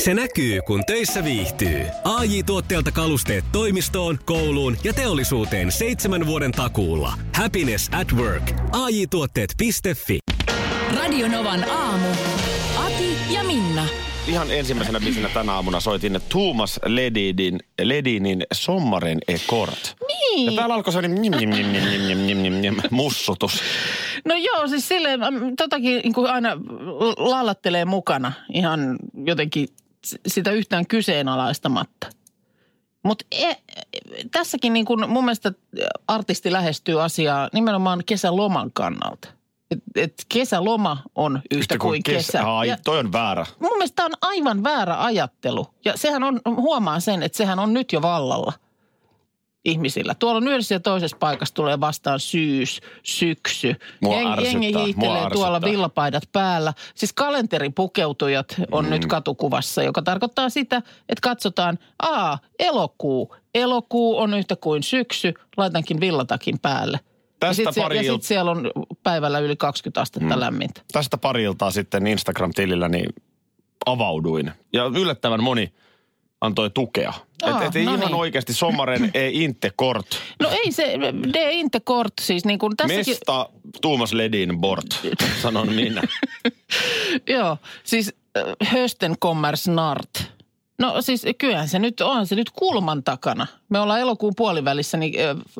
Se näkyy, kun töissä viihtyy. AJ Tuotteelta kalusteet toimistoon, kouluun ja teollisuuteen 7 vuoden takuulla. Happiness at work. AJ-tuotteet.fi. Radio Novan aamu. Ati ja Minna. Ihan ensimmäisenä biisinä tänä aamuna soitin Thomas Ledinin Sommaren Ekort. Niin. Ja täällä alkoi sellainen mussutus. No joo, siis silleen, totakin niin kuin aina lallattelee mukana ihan jotenkin sitä yhtään kyseenalaistamatta. Mutta tässäkin niin kuin mun mielestä artisti lähestyy asiaa nimenomaan kesäloman kannalta. Et kesäloma on yhtä kuin kesä. Ai, toi on väärä. Mun mielestä tämä on aivan väärä ajattelu. Ja sehän on, huomaa sen, että sehän on nyt jo vallalla ihmisillä. Tuolla on yhdessä ja toisessa paikassa tulee vastaan syys, syksy. Jengi hiihtelee tuolla villapaidat päällä. Siis kalenteripukeutujat on nyt katukuvassa, joka tarkoittaa sitä, että katsotaan, elokuu. Elokuu on yhtä kuin syksy, laitankin villatakin päälle. Ja sitten siellä on päivällä yli 20 astetta lämmintä. Tästä pari iltaa sitten Instagram-tilillä niin avauduin. Ja yllättävän moni antoi tukea. Että ihan oikeasti Sommaren inte kort. No ei se, det inte kort siis niin kuin tässäkin. Mesta Thomas Ledin bort, sanon minä. Joo, siis hösten kommer snart. No siis kyllähän se nyt on se nyt kulman takana. Me ollaan elokuun puolivälissä, niin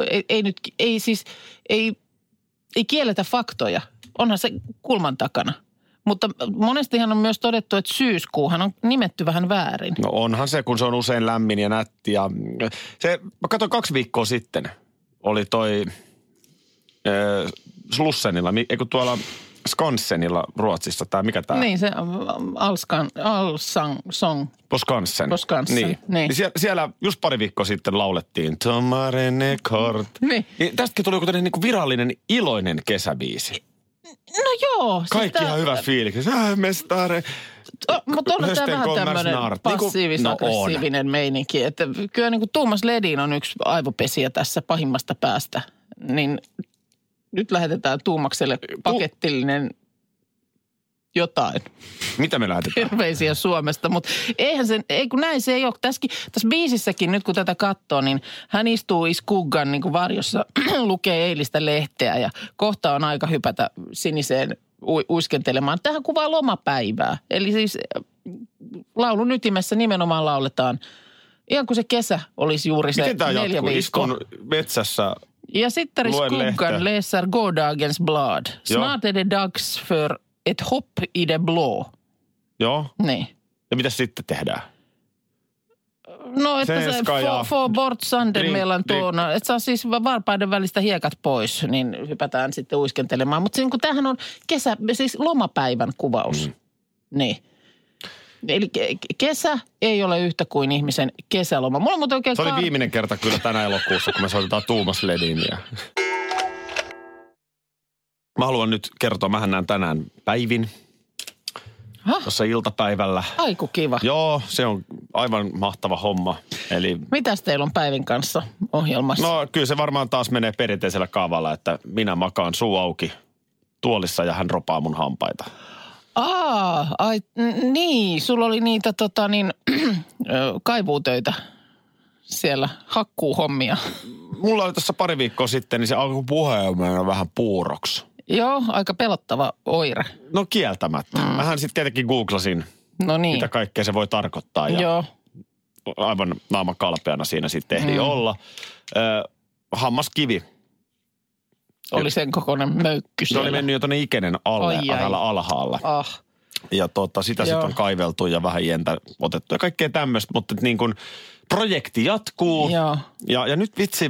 ei kielletä faktoja. Onhan se kulman takana. Mutta monestihan on myös todettu, että syyskuuhan on nimetty vähän väärin. No onhan se, kun se on usein lämmin ja nätti. Ja mä katsoin 2 viikkoa sitten, oli toi Slussenilla, eikö tuolla Skansenilla Ruotsissa, tai mikä tää? Niin, se Allsång. På Skansen. Niin. Siellä just pari viikkoa sitten laulettiin Sommaren Ekort. Niin. Tästäkin tuli joku niin kuin virallinen iloinen kesäbiisi. No joo. Kaikki ihan hyvä fiilis. Mestare. Mutta on tämä vähän tämmöinen passiivis-aggressiivinen meininki. Että kyllä niin kuin Thomas Ledin on yksi aivopesiä tässä pahimmasta päästä. Niin nyt lähetetään Tuumakselle pakettillinen jotain. Mitä me lähetetään? Terveisiä Suomesta, mutta kun näin se ei ole. Tässä biisissäkin nyt kun tätä katsoo, niin hän istuu Iskuggan niin kuin varjossa, lukee eilistä lehteä ja kohta on aika hypätä siniseen uiskentelemaan. Tähän kuvaa lomapäivää. Eli siis laulun ytimessä nimenomaan lauletaan, ihan kuin se kesä olisi juuri se 4 viikkoa. Miten tämä jatkuu? Istun metsässä. Ja sitter i skuggan läser gårdagens blad. Snart är det dags för ett hopp i det blå. Joo. Niin. Ja mitä sitten tehdään? No, että se få bort sanden mellan tårna. Että saa siis varpaiden välistä hiekat pois, niin hypätään sitten uiskentelemaan. Mutta niin tämähän on siis lomapäivän kuvaus. Niin. Eli kesä ei ole yhtä kuin ihmisen kesäloma. Mulla on oikein se oli viimeinen kerta kyllä tänä elokuussa, kun me soitetaan Thomas Ledinia. Mä haluan nyt kertoa, mähän näen tänään Päivin. Tuossa iltapäivällä. Aiku kiva. Joo, se on aivan mahtava homma. Eli mitäs teillä on Päivin kanssa ohjelmassa? No kyllä se varmaan taas menee perinteisellä kaavalla, että minä makaan suu auki tuolissa ja hän ropaa mun hampaita. Niin, sulla oli niitä kaivuutöitä siellä, hakkuuhommia. Mulla oli tässä pari viikkoa sitten, niin se alkoi puheen mennä vähän puuroksi. Joo, aika pelottava oire. No kieltämättä. Mähän sitten tietenkin googlasin, mitä kaikkea se voi tarkoittaa. Ja joo. Aivan naama kalpeana siinä sitten ehdi olla. Hammaskivi. Oli sen kokoinen möykky siellä. Se oli mennyt jo tuonne ikenen alle, alhaalla. Ja sitä sitten on kaiveltu ja vähän jentä otettu ja kaikkea tämmöistä. Mutta niin kuin projekti jatkuu. Ja nyt vitsi,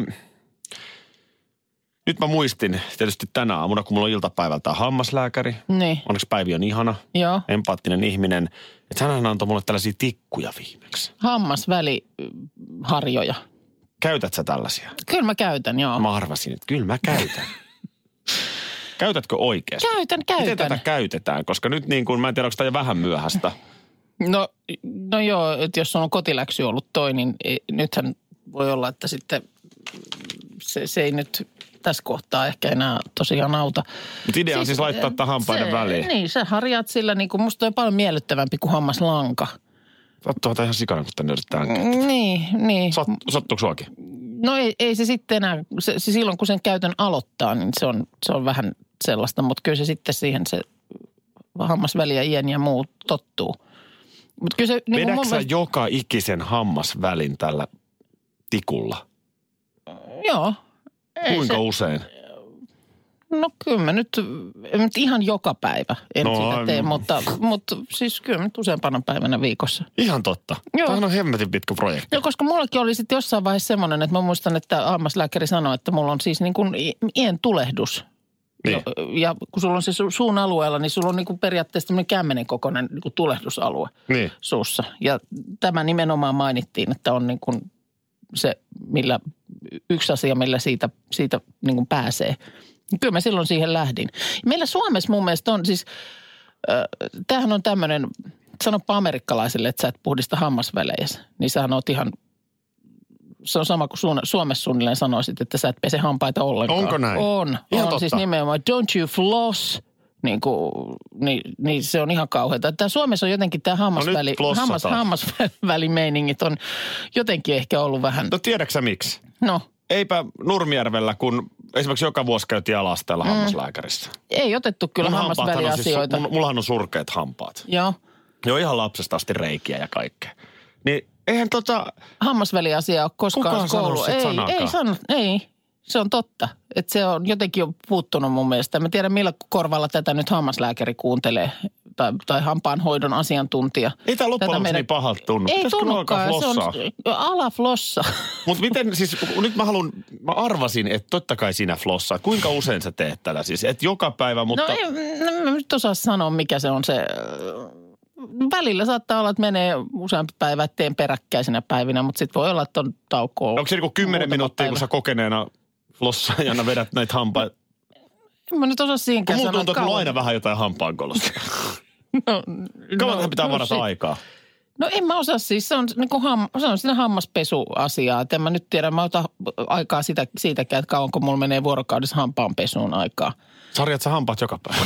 nyt mä muistin tietysti tänä aamuna, kun mulla on iltapäivältä hammaslääkäri. Niin. Onneksi Päivi on ihana, empaattinen ihminen. Että hänhän antoi mulle tällaisia tikkuja viimeksi. Hammasväliharjoja. Käytät sä tällaisia? Kyllä mä käytän, joo. Mä arvasin, että kyllä mä käytän. Käytätkö oikeasti? Käytän. Miten tätä käytetään? Koska nyt niin kuin, mä en tiedä, onko tämä jo vähän myöhäistä. No joo, että jos on kotiläksy ollut niin nythän voi olla, että sitten se ei nyt tässä kohtaa ehkä enää tosiaan auta. Mutta idea on siis laittaa tämän hampaiden väliin. Niin, sä harjaat sillä, niin kuin musta on paljon miellyttävämpi kuin hammaslanka. Sattuuhan tämä ihan sikana, kun tänne yrittää. Niin. Sattuuko suakin? No ei se sitten enää, se silloin kun sen käytön aloittaa, niin se on vähän sellaista, mutta kyllä se sitten siihen se hammasväli ja iän ja muu tottuu. Mut kyllä se, niin vedätkö sä joka ikisen hammasvälin tällä tikulla? Joo. Kuinka usein? No kyllä mä nyt ihan joka päivä en sitä tee, mutta siis kyllä nyt useampana päivänä viikossa. Ihan totta. Joo. Tämä on hemmetin pitkä projekti. Joo, koska mullakin oli sitten jossain vaiheessa semmoinen, että mä muistan, että hammaslääkäri sanoi, että mulla on siis niin kuin iän tulehdus. Niin. Ja kun sulla on se suun alueella, niin sulla on niin kuin periaatteessa tämmöinen kämmenen kokoinen niin kuin tulehdusalue suussa. Ja tämä nimenomaan mainittiin, että on niin kuin se, yksi asia, millä siitä niin kuin pääsee. Kyllä mä silloin siihen lähdin. Meillä Suomessa mun mielestä on siis, tämähän on tämmöinen, sanoppa amerikkalaisille, että sä et puhdista hammasvälejäsi, niin sähän oot ihan, se on sama kuin Suomessa suunnilleen sanoisit, että sä et pese hampaita ollenkaan. Onko näin? On siis nimenomaan, don't you floss, niin se on ihan kauheata. Tämä Suomessa on jotenkin tämä hammasvälimeiningit on jotenkin ehkä ollut vähän. No tiedätkö sä miksi? No. Eipä Nurmijärvellä, kun esimerkiksi joka vuosi käytiin Alasteella hammaslääkärissä. Ei otettu kyllä hammasväliasioita. Mullahan on surkeat hampaat. Joo. Joo, ihan lapsesta asti reikiä ja kaikkea. Niin eihän hammasväliasia ole koskaan koulu. Ei. Se on totta. Että se on jotenkin puuttunut mun mielestä. Mä tiedän millä korvalla tätä nyt hammaslääkäri kuuntelee. Tai hampaanhoidon asiantuntija. Ei tämä loppujen lopuksi niin pahalta tunnu. Ei tunnukaan, se on alaflossa. Mutta miten siis, nyt mä arvasin, että totta kai sinä flossaa. Kuinka usein sä teet tällä siis? Et joka päivä, mutta... No mä nyt osaa sanoa, mikä se on se... Välillä saattaa olla, että menee useampi päivä, että teen peräkkäisinä päivinä, mutta sitten voi olla, että on taukoa. Onko se niin kuin 10 minuuttia, kun sä kokeneena flossaajana vedät näitä hampaita? Mä nyt osaa siihenkään sanoa. Mulla tuntuu, että mulla on aina vähän jotain hampaankolosta. Kauan pitää varata aikaa. No en mä osaa siis, se on sitä hammaspesuasiaa. En mä nyt tiedä, mä otan aikaa siitäkään, että kauanko mulla menee vuorokaudessa hampaanpesuun aikaa. Sarjat sä hampaat joka päivä.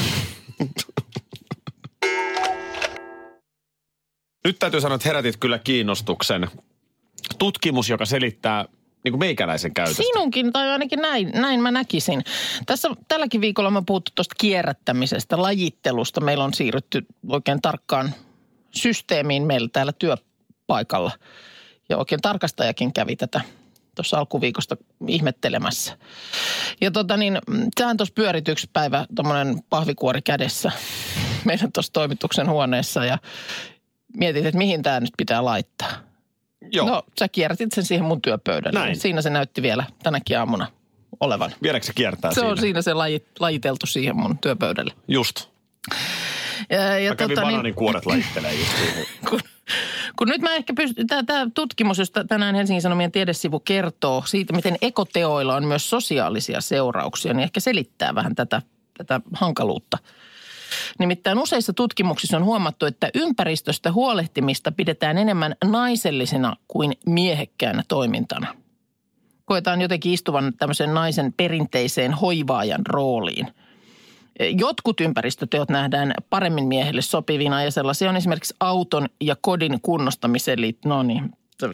Nyt täytyy sanoa, että herätit kyllä kiinnostuksen. Tutkimus, joka selittää niin kuin meikäläisen käytöstä. Sinunkin, tai ainakin näin mä näkisin. Tälläkin viikolla mä puhuttu tuosta kierrättämisestä, lajittelusta. Meillä on siirrytty oikein tarkkaan systeemiin meillä täällä työpaikalla. Ja oikein tarkastajakin kävi tätä tuossa alkuviikosta ihmettelemässä. Ja sehän tuossa pyörit yksi päivä tuommoinen pahvikuori kädessä meidän tuossa toimituksen huoneessa ja mietit, että mihin tämä nyt pitää laittaa. Joo. No, sä kierrätit sen siihen mun työpöydälle. Näin. Siinä se näytti vielä tänäkin aamuna olevan. Vieläkö se kiertää siinä? Se on siinä se lajiteltu siihen mun työpöydälle. Just. Mä kävin banaaninkuoret lajittelee just siihen. Kun nyt mä ehkä tämä tutkimus, josta tänään Helsingin Sanomien tiedesivu kertoo siitä, miten ekoteoilla on myös sosiaalisia seurauksia, niin ehkä selittää vähän tätä hankaluutta. Nimittäin useissa tutkimuksissa on huomattu, että ympäristöstä huolehtimista pidetään enemmän naisellisena kuin miehekkäänä toimintana. Koetaan jotenkin istuvan tämmöisen naisen perinteiseen hoivaajan rooliin. Jotkut ympäristöteot nähdään paremmin miehelle sopivina ja sellaisia on esimerkiksi auton ja kodin kunnostamiseen no niin.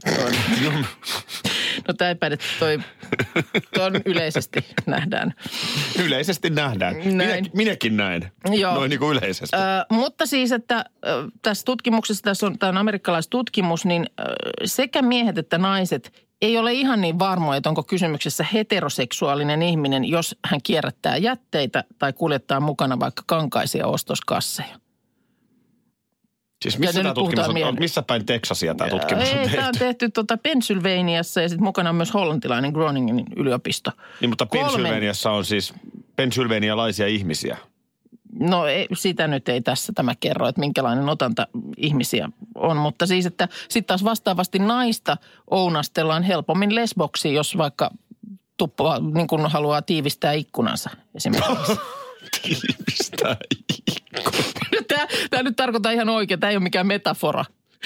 No tämä ei että toi yleisesti nähdään. Yleisesti nähdään. Minäkin näen. Joo. Noin niin kuin yleisesti. Mutta siis, että tässä tutkimuksessa, tämä on amerikkalaistutkimus, niin sekä miehet että naiset ei ole ihan niin varmoja, että onko kysymyksessä heteroseksuaalinen ihminen, jos hän kierrättää jätteitä tai kuljettaa mukana vaikka kankaisia ostoskasseja. Siis missä päin Teksasia tämä tutkimus on tehty? Tämä on tehty Pennsylvaniassa ja sitten mukana on myös hollantilainen Groningen yliopisto. Niin, mutta Pennsylvaniassa on siis pennsylvanialaisia ihmisiä. No sitä nyt ei tässä tämä kerro, että minkälainen otanta ihmisiä on. Mutta siis, että sitten taas vastaavasti naista ounastellaan helpommin lesboksi, jos vaikka niin kuin haluaa tiivistää ikkunansa esimerkiksi. Tiivistää ikkunansa. Tämä nyt tarkoittaa ihan oikein, tämä ei ole mikään metafora.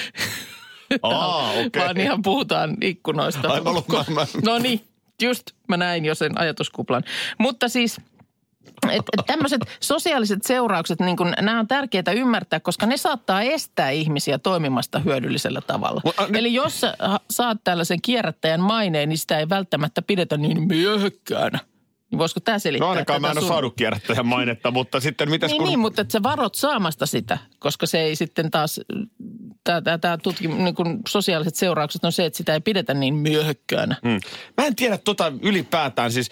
Okay. Vaan ihan puhutaan ikkunoista. No niin. Just mä näin jo sen ajatuskuplan. Mutta siis Tämmöiset sosiaaliset seuraukset, niin kun, nämä on tärkeää ymmärtää, koska ne saattaa estää ihmisiä toimimasta hyödyllisellä tavalla. Eli jos sä saat tällaisen kierrättäjän maineen, niin sitä ei välttämättä pidetä niin miehekkäänä. Niin voisiko tämä selittää? No ainakaan mä en ole saanut kierrättäjän mainetta, mutta sitten mitäs kun... Niin, mutta että sä varot saamasta sitä, koska se ei sitten taas... Tämä niin kuin sosiaaliset seuraukset on se, että sitä ei pidetä niin miehekkäänä. Mä en tiedä ylipäätään siis...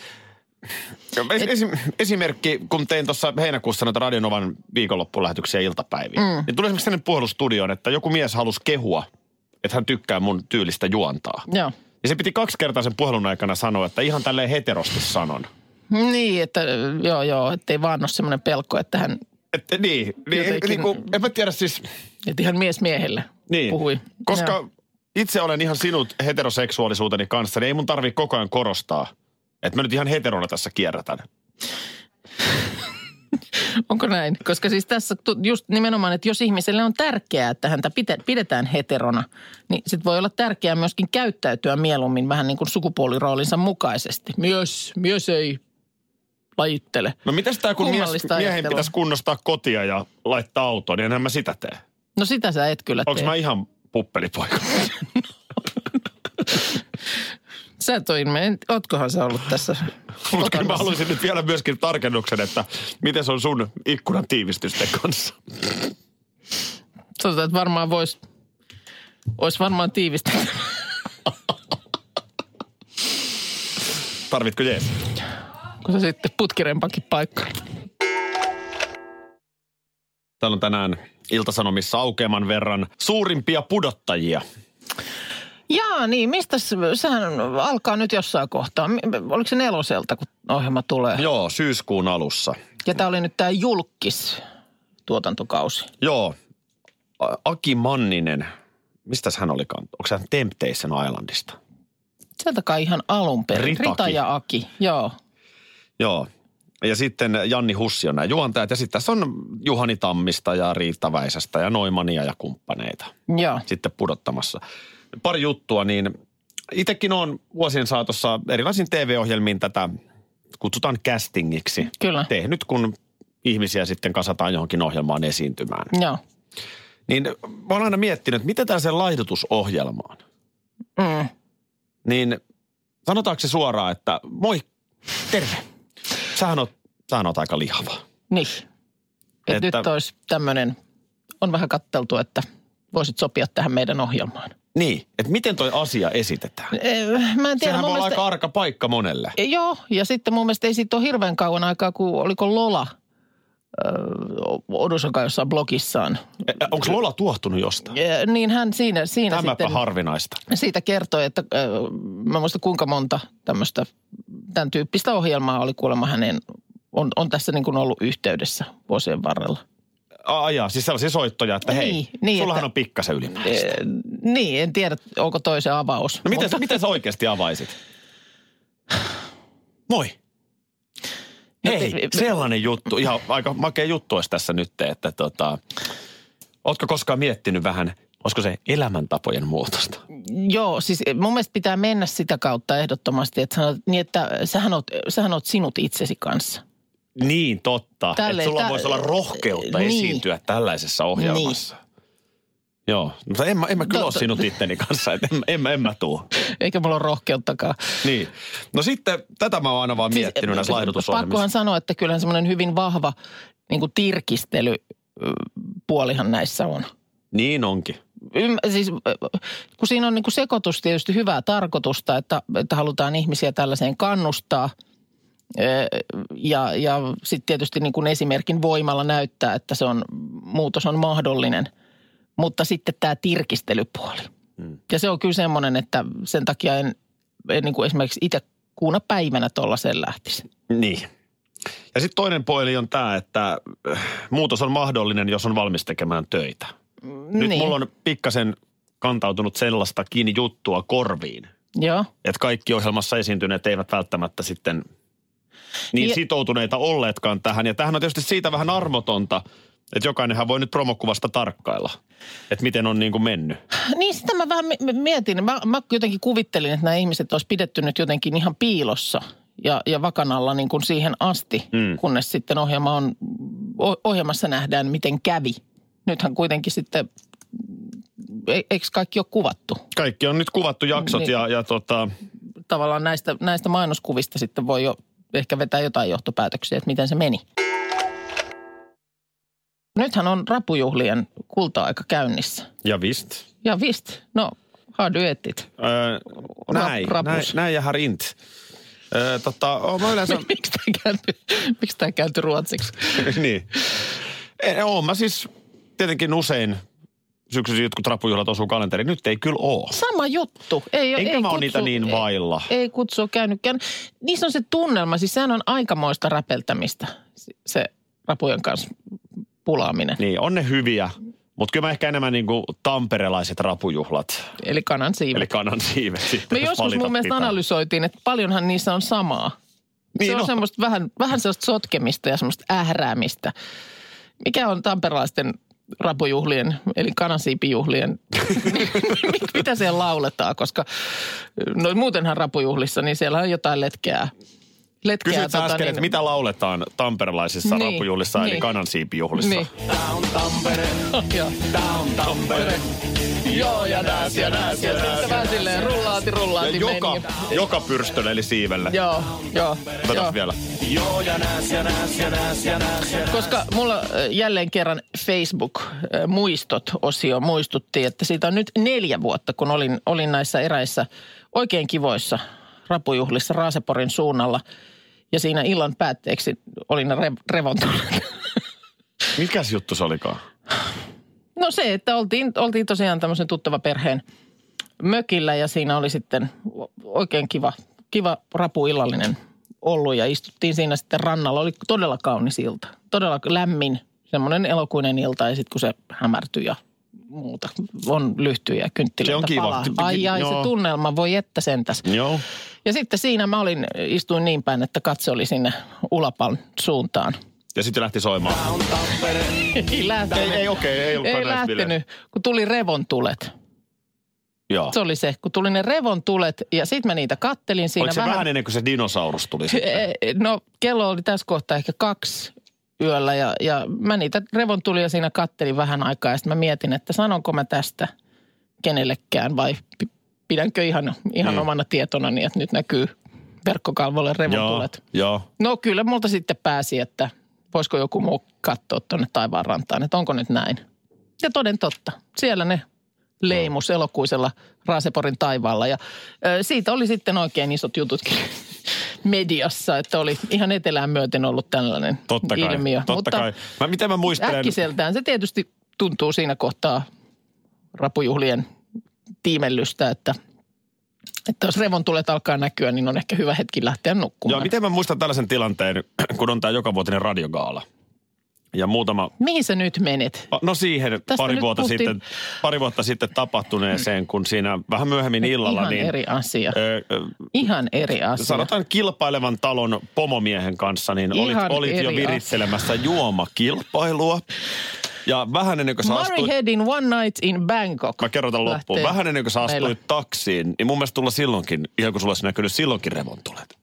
Esimerkki, kun tein tuossa heinäkuussa noita Radionovan viikonloppulähetyksiä iltapäiviä, niin tuli esimerkiksi sellainen puhelustudion, että joku mies halusi kehua, että hän tykkää mun tyylistä juontaa. Joo. Ja se piti 2 kertaa sen puhelun aikana sanoa, että ihan tälleen heterosti sanon. Niin, että joo, ettei vaan ole semmoinen pelko, että hän... Niin kuin, en mä tiedä siis... Että ihan mies miehelle puhui. Koska itse olen ihan sinut heteroseksuaalisuuteni kanssa, niin ei mun tarvitse koko ajan korostaa, että mä nyt ihan heterona tässä kierrätän. Onko näin? Koska siis tässä just nimenomaan, että jos ihmiselle on tärkeää, että häntä pidetään heterona, niin sit voi olla tärkeää myöskin käyttäytyä mieluummin vähän niin kuin sukupuoliroolinsa mukaisesti. Mies ei lajittele. No mitäs tää, kun miehen pitäisi kunnostaa kotia ja laittaa autoon, niin enhän mä sitä tee. No sitä sä et kyllä tee. Onko mä ihan puppelipoika? Sä ootkohan sä ollut tässä? Mutta mä haluaisin nyt vielä myöskin tarkennuksen, että miten se on sun ikkunan tiivistysten kanssa? Sanotaan, että varmaan olisi varmaan tiivistetty. Tarvitko jees? Kun se sitten putkirempakin paikka. Täällä on tänään Ilta-Sanomissa aukeaman verran suurimpia pudottajia. Jaa, niin. Sehän alkaa nyt jossain kohtaa. Oliko se 4, kun ohjelma tulee? Joo, syyskuun alussa. Ja tämä oli nyt tämä Julkkis-tuotantokausi. Joo. Aki Manninen. Mistäs hän olikaan? Onko hän Temptation Islandista? Sieltä kai ihan alun perin. Rita ja Aki, joo. Joo. Ja sitten Janni Hussi on nämä juontajat. Ja sitten tässä on Juhani Tammista ja Riitta Väisästä ja Noimania ja kumppaneita. Joo. Sitten pudottamassa. Pari juttua, niin itsekin olen vuosien saatossa erilaisiin TV-ohjelmiin tätä kutsutaan castingiksi. Kyllä. Tehnyt, kun ihmisiä sitten kasataan johonkin ohjelmaan esiintymään. Joo. Niin mä oon aina miettinyt, että mitä tällaisen laihdutusohjelmaan? Niin sanotaanko se suoraan, että moi, terve. Sähän oot aika lihava. Niin. Että nyt olisi tämmöinen, on vähän katteltu, että voisit sopia tähän meidän ohjelmaan. Niin, että miten toi asia esitetään? Mä en tiedä. Sehän voi olla aika arka paikka monelle. Joo, ja sitten mun mielestä ei siitä ole hirveän kauan aikaa, kun oliko Lola Odusoka jossain blogissaan. Onko Lola tuohtunut jostain? Niin hän siinä Tämäpä sitten harvinaista. Siitä kertoi, että mä muistan kuinka monta tämmöistä, tämän tyyppistä ohjelmaa oli kuulemma hänen, on tässä niin kuin ollut yhteydessä vuosien varrella. Jaa, siis sellaisia soittoja, että hei, sullahan on pikkasen ylimääräistä. Niin, en tiedä, onko toisen avaus. No miten sä oikeasti avaisit? Moi. Hei, sellainen juttu, ihan aika makea juttu olisi tässä nyt, että ootko koskaan miettinyt vähän, olisiko se elämäntapojen muutosta? Joo, siis mun mielestä pitää mennä sitä kautta ehdottomasti, että sanot, niin että sähän oot sinut itsesi kanssa. Niin, totta. Että sulla voisi olla rohkeutta esiintyä tällaisessa ohjelmassa. Niin. Joo, mutta en mä kyllä ole sinut itteni kanssa, että en mä tuu. Eikä mulla ole rohkeuttakaan. Niin. No sitten, tätä mä oon aina vaan miettinyt näissä laihdutusohjelmissa. Pakkohan sanoa, että kyllähän semmoinen hyvin vahva niin kuin tirkistelypuolihan näissä on. Niin onkin. Siis kun siinä on niin kuin sekoitus tietysti hyvää tarkoitusta, että halutaan ihmisiä tällaiseen kannustaa – ja sitten tietysti niin kuin esimerkin voimalla näyttää, että muutos on mahdollinen. Mutta sitten tämä tirkistelypuoli. Ja se on kyllä semmoinen, että sen takia en niin kuin esimerkiksi itse kuuna päivänä tuollaiseen lähtisi. Niin. Ja sitten toinen puoli on tämä, että muutos on mahdollinen, jos on valmis tekemään töitä. Nyt mulla on pikkasen kantautunut sellaistakin juttua korviin. Joo. Että kaikki ohjelmassa esiintyneet eivät välttämättä sitten niin sitoutuneita olleetkaan tähän. Ja tämähän on tietysti siitä vähän armotonta, että jokainenhan voi nyt promokuvasta tarkkailla, että miten on niin kuin mennyt. Niin sitä mä vähän mietin. Mä jotenkin kuvittelin, että nämä ihmiset olisi pidetty nyt jotenkin ihan piilossa ja vakanalla niin kuin siihen asti, kunnes sitten ohjelmassa nähdään, miten kävi. Nythän kuitenkin sitten, eikö kaikki ole kuvattu? Kaikki on nyt kuvattu jaksot niin, ja tavallaan näistä mainoskuvista sitten voi jo ehkä vetää jotain johtopäätöksiä, että miten se meni. Nythän on rapujuhlien kulta-aika käynnissä. Ja vist. Ja vist. No, har du ätit? Näin ja har inte. Mä yleensä... Miksi tämä kääntyi ruotsiksi? Niin. Oon mä siis tietenkin usein syksyisin jotkut rapujuhlat osuu kalenteriin. Nyt ei kyllä oo. Sama juttu. Enkä mä oon niitä niin vailla. Ei kutsu käynytkään. Niissä on se tunnelma. Siis sehän on aikamoista räpeltämistä, se rapujen kanssa pulaaminen. Niin, on ne hyviä. Mutta kyllä mä ehkä enemmän niin kuin tamperelaiset rapujuhlat. Eli kanansiivet. Sitten, me joskus mun mielestä analysoitiin, että paljonhan niissä on samaa. Niin se on semmoista vähän sellaista sotkemista ja semmoista ähräämistä. Mikä on tamperelaisten rapujuhlien, eli kanansiipijuhlien, mitä siellä lauletaan? Koska muutenhan rapujuhlissa, niin siellä on jotain letkeää. Kysyt sä äsken, että mitä lauletaan tamperelaisissa rapujuhlissa, eli kanansiipijuhlissa? Niin. Tää on Tampere, tää on Tampere. Joo, ja nääs. Ja sitten vähän silleen rullaati ja joka pyrstön eli siivelle. Joo. Otetaan vielä. Joo, ja nääs. Koska mulla jälleen kerran Facebook-muistot-osio muistutti, että siitä on nyt 4 vuotta, kun olin näissä eräissä oikein kivoissa rapujuhlissa Raaseporin suunnalla. Ja siinä illan päätteeksi oli ne revontulet. Mikäs juttu se olikaan? No se, että oltiin tosiaan tämmöisen tuttava perheen mökillä ja siinä oli sitten oikein kiva rapuillallinen ollut ja istuttiin siinä sitten rannalla. Oli todella kaunis ilta, todella lämmin, semmoinen elokuinen ilta ja sitten kun se hämärtyi ja muuta, on lyhtyjä ja kynttilöitä palaa. Se tunnelma, voi että sentäs. Joo. Ja sitten siinä mä istuin niin päin, että katse oli sinne Ulapan suuntaan. Ja sitten lähti soimaan. Ei lähtenyt. Ei lähtenyt, kun tuli revontulet. Joo. Se oli se, kun tuli ne revontulet ja sitten mä niitä kattelin siinä. Oliko se vähän ennen kuin se dinosaurus tuli sitten? No kello oli tässä kohtaa ehkä 2 yöllä ja mä niitä revontulia siinä kattelin vähän aikaa ja sitten mä mietin, että sanonko mä tästä kenellekään vai pidänkö ihan omana tietonani, että nyt näkyy verkkokalvolle revontulet. Joo. No kyllä multa sitten pääsi, että voisiko joku muu katsoa tuonne taivaanrantaan, että onko nyt näin. Ja toden totta, siellä ne leimus elokuisella Raaseporin taivaalla ja siitä oli sitten oikein isot jututkin mediassa, että oli ihan etelään myöten ollut tällainen ilmiö. Totta kai. Miten mä muistelen? Äkkiseltään se tietysti tuntuu siinä kohtaa rapujuhlien tiimellystä, että jos revontulet alkaa näkyä, niin on ehkä hyvä hetki lähteä nukkumaan. Joo, miten mä muistan tällaisen tilanteen, kun on tämä jokavuotinen radiogaala. Ja muutama... Mihin sä nyt menet? No siihen pari vuotta sitten tapahtuneeseen, kun siinä vähän myöhemmin illalla... Ihan eri asia. Ihan eri asia. Sanotaan kilpailevan talon pomomiehen kanssa, niin olit jo virittelemässä juomakilpailua. Ja vähän ennen kuin sä Murray Headin One Night in Bangkok. Mä kerron tämän loppuun. Vähän ennen kuin sä astuit taksiin, niin mun mielestä tulla silloinkin, ihan kun sulla olisi näkynyt silloinkin revontulet.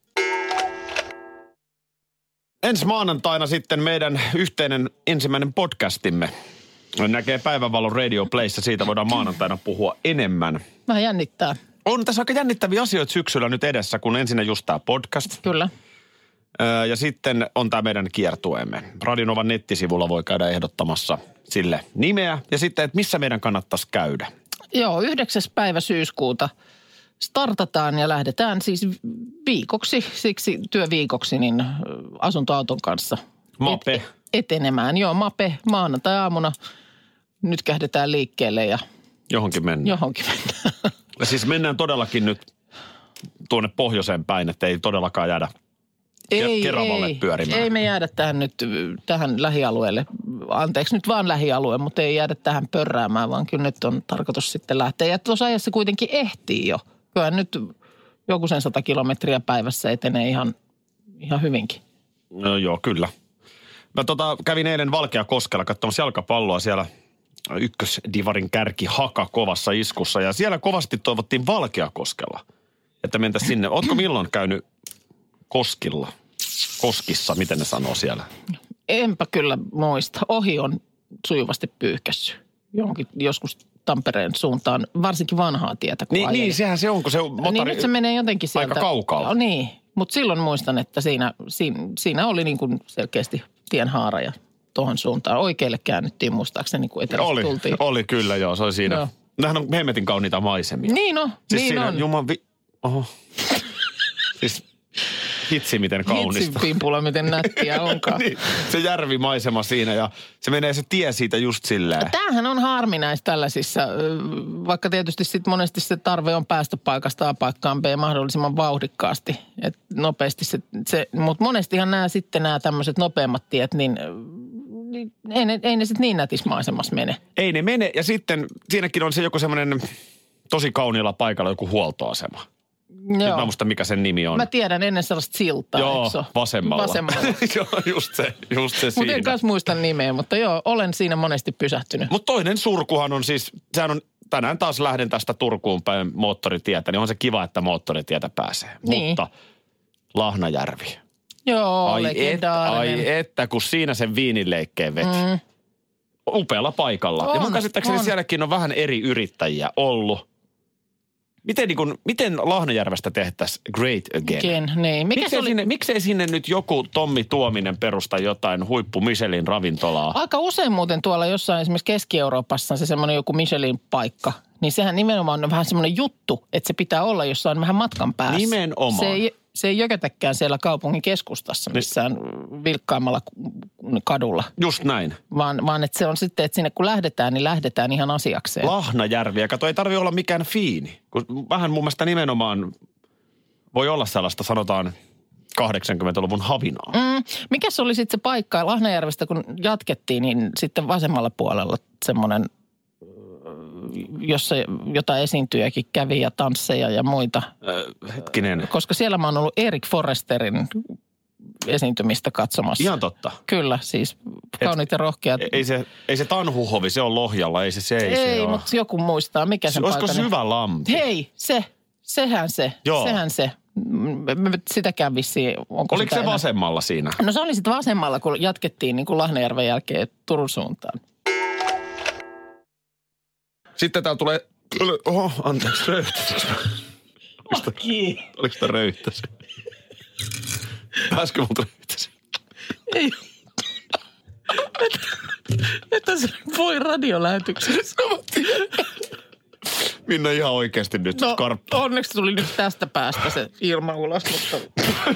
Ensi maanantaina sitten meidän yhteinen ensimmäinen podcastimme näkee päivänvalon Radio Playssa. Siitä voidaan maanantaina puhua enemmän. Vähän jännittää. On tässä aika jännittäviä asioita syksyllä nyt edessä, kun ensin just tämä podcast. Kyllä. Ja sitten on tämä meidän kiertueemme. Radionovan nettisivulla voi käydä ehdottamassa sille nimeä. Ja sitten, että missä meidän kannattaisi käydä. Joo, 9. päivä syyskuuta startataan ja lähdetään siis viikoksi, siksi työviikoksi, niin asuntoauton kanssa Mape. Etenemään. Joo, Mape maanantai-aamuna nyt kähdetään liikkeelle ja... Johonkin mennään. Ja siis mennään todellakin nyt tuonne pohjoiseen päin, että ei todellakaan jäädä Keravalle pyörimään. Ei me jäädä tähän lähialueelle. Anteeksi nyt vaan lähialue, mutta ei jäädä tähän pörräämään, vaan kyllä nyt on tarkoitus sitten lähteä. Ja tuossa ajassa kuitenkin ehtii jo. Kyllä nyt joku sen 100 kilometriä päivässä etenee ihan hyvinkin. No joo, kyllä. Mä kävin eilen Valkeakoskella katsomassa jalkapalloa siellä ykkösdivarin kärki Haka kovassa iskussa. Ja siellä kovasti toivottiin Valkeakoskella, että mentäisiin sinne. Ootko milloin käynyt Koskissa, miten ne sanoo siellä? Enpä kyllä muista. Ohi on sujuvasti pyyhkässyt joskus Tampereen suuntaan, varsinkin vanhaa tietä. Niin, sehän se on, kun se motori... Niin nyt se menee jotenkin sieltä. Aika kaukaa. No, niin, mutta silloin muistan, että siinä oli niin kuin selkeästi tienhaara ja tuohon suuntaan. Oikealle käännyttiin muistaakseni, kun etelästä tultiin. Oli kyllä, joo, se oli siinä. Joo. Nämähän on hemmetin kauniita maisemia. Niin on, siis niin siinä, on. Oho. Siis hitsi miten kaunista. Hitsinpimpula miten nättiä onkaan. Niin, se järvimaisema siinä ja se menee se tie siitä just silleen. Tämähän on harminaista tällaisissa, vaikka tietysti sitten monesti se tarve on päästä paikasta A paikkaan B mahdollisimman vauhdikkaasti. Et nopeasti mutta monestihan nämä tämmöiset nopeammat tiet, niin ei ne sitten niin nätissä maisemassa mene. Ei ne mene ja sitten siinäkin on se joku semmoinen tosi kauniilla paikalla joku huoltoasema. Joo. Nyt mä muistan, mikä sen nimi on. Mä tiedän ennen sellaista siltaa. Joo, vasemmalla. Joo, just se siinä. Mutta en kanssa muista nimeä, mutta joo, olen siinä monesti pysähtynyt. Mutta toinen surkuhan on siis, sehän on, tänään taas lähden tästä Turkuun päin moottoritietä, niin on se kiva, että moottoritietä pääsee. Niin. Mutta Lahnajärvi. Joo, legendaarinen. Ai että, kun siinä sen viinileikkeen veti. Upealla paikalla. Ja mun käsittääkseni sielläkin on vähän eri yrittäjiä ollut. Miten Lahnajärvestä tehtäisiin great again? Niin. Miksei sinne nyt joku Tommi Tuominen perusta jotain huippu Michelin ravintolaa? Aika usein muuten tuolla jossain esimerkiksi Keski-Euroopassa se semmoinen joku Michelin paikka. Niin sehän nimenomaan on vähän semmoinen juttu, että se pitää olla jossain vähän matkan päässä. Nimenomaan. Se ei jökätäkään siellä kaupungin keskustassa missään vilkkaimmalla kadulla. Just näin. Vaan että se on sitten, että sinne kun lähdetään, niin lähdetään ihan asiakseen. Lahnajärvi, ja kato, ei tarvitse olla mikään fiini. Kun vähän mun mielestä nimenomaan voi olla sellaista, sanotaan 80-luvun havinaa. Mikä se oli sitten se paikka Lahnajärvestä, kun jatkettiin, niin sitten vasemmalla puolella semmoinen, jossa jotain esiintyjäkin kävi ja tansseja ja muita. Hetkinen. Koska siellä mä oon ollut Erik Forresterin esiintymistä katsomassa. Ihan totta. Kyllä, siis kauniit ja rohkeat. Ei se Tanhuhovi, se on Lohjalla, ei se Ei, mutta joku muistaa, mikä sen olisiko paikan. Syvälampi? Hei, sehän se. Joo. Sehän se. Sitäkään vissiin. Oliko se vasemmalla siinä? No se oli sitten vasemmalla, kun jatkettiin niin kuin Lahnajärven jälkeen Turun suuntaan. Sitten täällä tulee... anteeksi, röyhtäisikö mä? Oliko sitä röyhtäisi? Pääskö multa röyhtäisi? Ei. Että se voi radiolähetyksessä. Minna ihan oikeasti nyt skarppi. Onneksi tuli nyt tästä päästä se ilma ulos, mutta...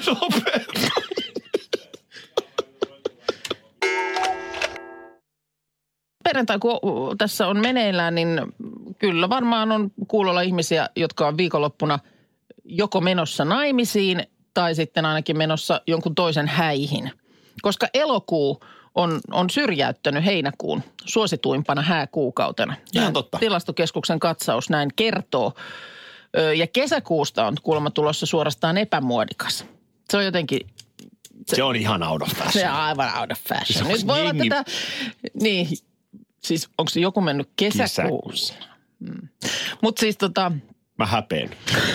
Perjantai, kun tässä on meneillään, niin kyllä varmaan on kuulolla ihmisiä, jotka on viikonloppuna joko menossa naimisiin tai sitten ainakin menossa jonkun toisen häihin. Koska elokuu on syrjäyttänyt heinäkuun suosituimpana hääkuukautena. Ihan totta. Tilastokeskuksen katsaus näin kertoo. Ja kesäkuusta on kuulemma tulossa suorastaan epämuodikas. Se on jotenkin... Se on ihan out of fashion. Se on aivan out of fashion. Nyt voi olla tätä... Niin, siis onko se joku mennyt kesäkuussa? Mutta siis Mä häpeen.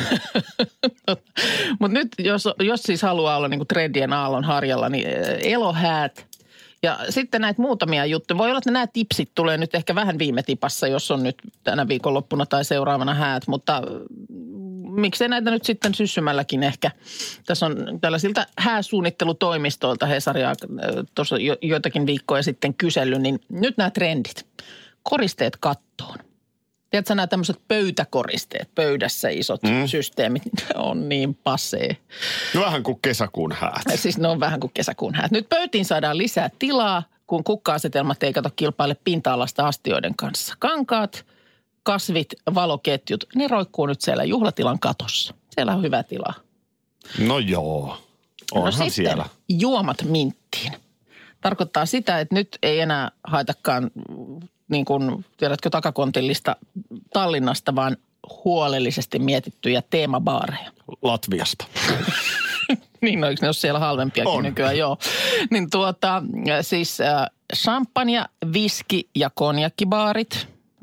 Mutta nyt, jos siis haluaa olla niinku trendien aallon harjalla, niin elohäät. Ja sitten näitä muutamia juttuja. Voi olla, että nämä tipsit tulee nyt ehkä vähän viime tipassa, jos on nyt tänä viikonloppuna tai seuraavana häät. Mutta miksei näitä nyt sitten syssymälläkin ehkä. Tässä on tällaisilta hääsuunnittelutoimistoilta Hesaria tuossa joitakin viikkoja sitten kysellyt, niin nyt nämä trendit. Koristeet kattoon. Tiedätkö nämä tämmöiset pöytäkoristeet, pöydässä isot systeemit, on niin pasee. No vähän kuin kesäkuun häät. Siis ne on vähän kuin kesäkuun häät. Nyt pöytiin saadaan lisää tilaa, kun kukka-asetelmat ei kato kilpaile pinta-alasta astioiden kanssa. Kankaat, kasvit, valoketjut, ne roikkuu nyt siellä juhlatilan katossa. Siellä on hyvä tilaa. No joo, onhan siellä. Juomat minttiin. Tarkoittaa sitä, että nyt ei enää haetakaan... niin kuin, tiedätkö, takakontillista Tallinnasta, vaan huolellisesti mietittyjä teemabaareja. Latviasta. Niin, eikö ne ole siellä halvempiakin nykyään, joo. Niin siis champagne, viski ja konjakkibaarit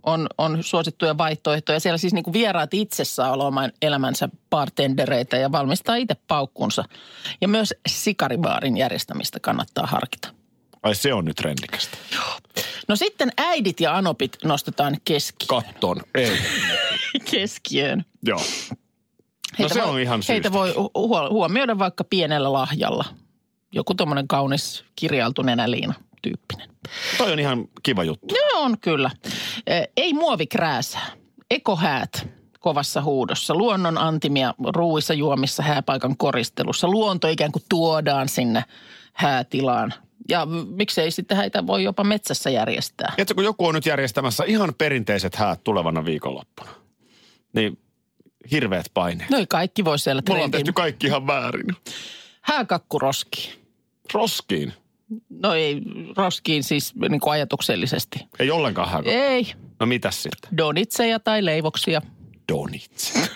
on suosittuja vaihtoehtoja. Siellä siis niin kuin vieraat itse saa olla oman elämänsä bartendereitä ja valmistaa itse paukkunsa. Ja myös sikaribaarin järjestämistä kannattaa harkita. Ai se on nyt trendikästä. Joo. No sitten äidit ja anopit nostetaan keskiöön. Katton, ei. Keskiöön. Joo. No se on ihan syystä. Heitä voi huomioida vaikka pienellä lahjalla. Joku tommonen kaunis kirjailtu nenäliina tyyppinen. Toi on ihan kiva juttu. No on kyllä. Ei muovikrääsää. Ekohäät kovassa huudossa. Luonnon antimia ruuissa, juomissa, hääpaikan koristelussa. Luonto ikään kuin tuodaan sinne häätilaan. Ja miksei sitten häitä voi jopa metsässä järjestää. Tiedätkö, kun joku on nyt järjestämässä ihan perinteiset häät tulevana viikonloppuna, niin hirveät paineet. No ei kaikki voi siellä trendin. Mulla on tehty kaikki ihan väärin. Hääkakku roskiin. Roskiin? No ei, roskiin siis niin kuin ajatuksellisesti. Ei ollenkaan hääkakku? Ei. No mitäs sitten? Donitseja tai leivoksia. Donitseja.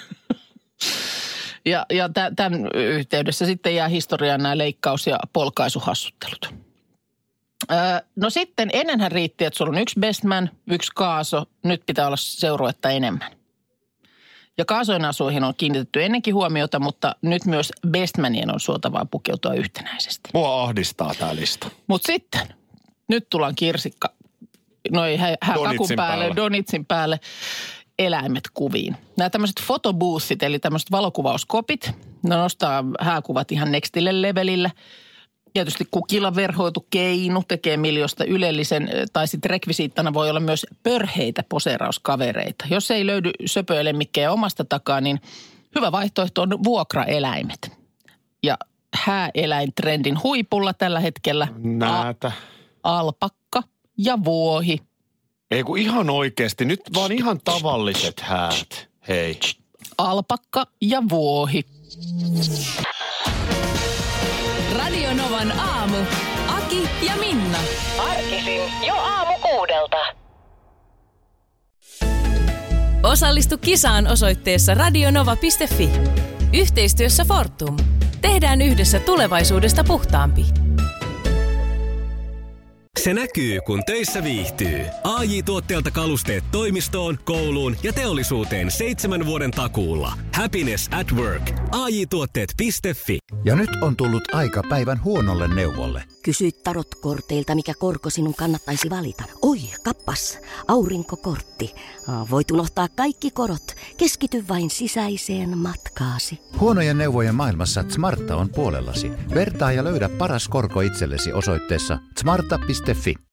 Ja tämän yhteydessä sitten jää historiaan nämä leikkaus- ja polkaisuhassuttelut. No sitten ennenhän riitti, että sulla on yksi bestman, yksi kaaso. Nyt pitää olla seuruetta enemmän. Ja kaasojen asuihin on kiinnitetty ennenkin huomiota, mutta nyt myös bestmanien on suotavaa pukeutua yhtenäisesti. Mua ahdistaa tää lista. Mutta sitten, nyt tullaan kirsikka, hääkakun päälle, donitsin päälle, eläimet kuviin. Nämä tämmöiset fotoboothit, eli tämmöiset valokuvauskopit, ne nostaa hääkuvat ihan nextille levelille. Tietysti kukilla verhoitu keinu tekee miljoista ylellisen, tai sitten rekvisiittana voi olla myös pörheitä poseerauskavereita. Jos ei löydy söpöelemmikkejä omasta takaa, niin hyvä vaihtoehto on vuokraeläimet. Ja hääeläintrendin huipulla tällä hetkellä alpakka ja vuohi. Ei kun ihan oikeasti, nyt vaan ihan tavalliset häät, hei. Alpakka ja vuohi. Radio Novan aamu. Aki ja Minna. Arkisin jo 6:00. Osallistu kisaan osoitteessa radionova.fi. Yhteistyössä Fortum. Tehdään yhdessä tulevaisuudesta puhtaampi. Se näkyy, kun töissä viihtyy. AJ-tuotteelta kalusteet toimistoon, kouluun ja teollisuuteen 7 vuoden takuulla. Happiness at work. AJ-tuotteet.fi. Ja nyt on tullut aika päivän huonolle neuvolle. Kysy tarotkorteilta, mikä korko sinun kannattaisi valita. Oi, kappas, aurinkokortti. Voit unohtaa kaikki korot. Keskity vain sisäiseen matkaasi. Huonojen neuvojen maailmassa Smarta on puolellasi. Vertaa ja löydä paras korko itsellesi osoitteessa smarta.fi.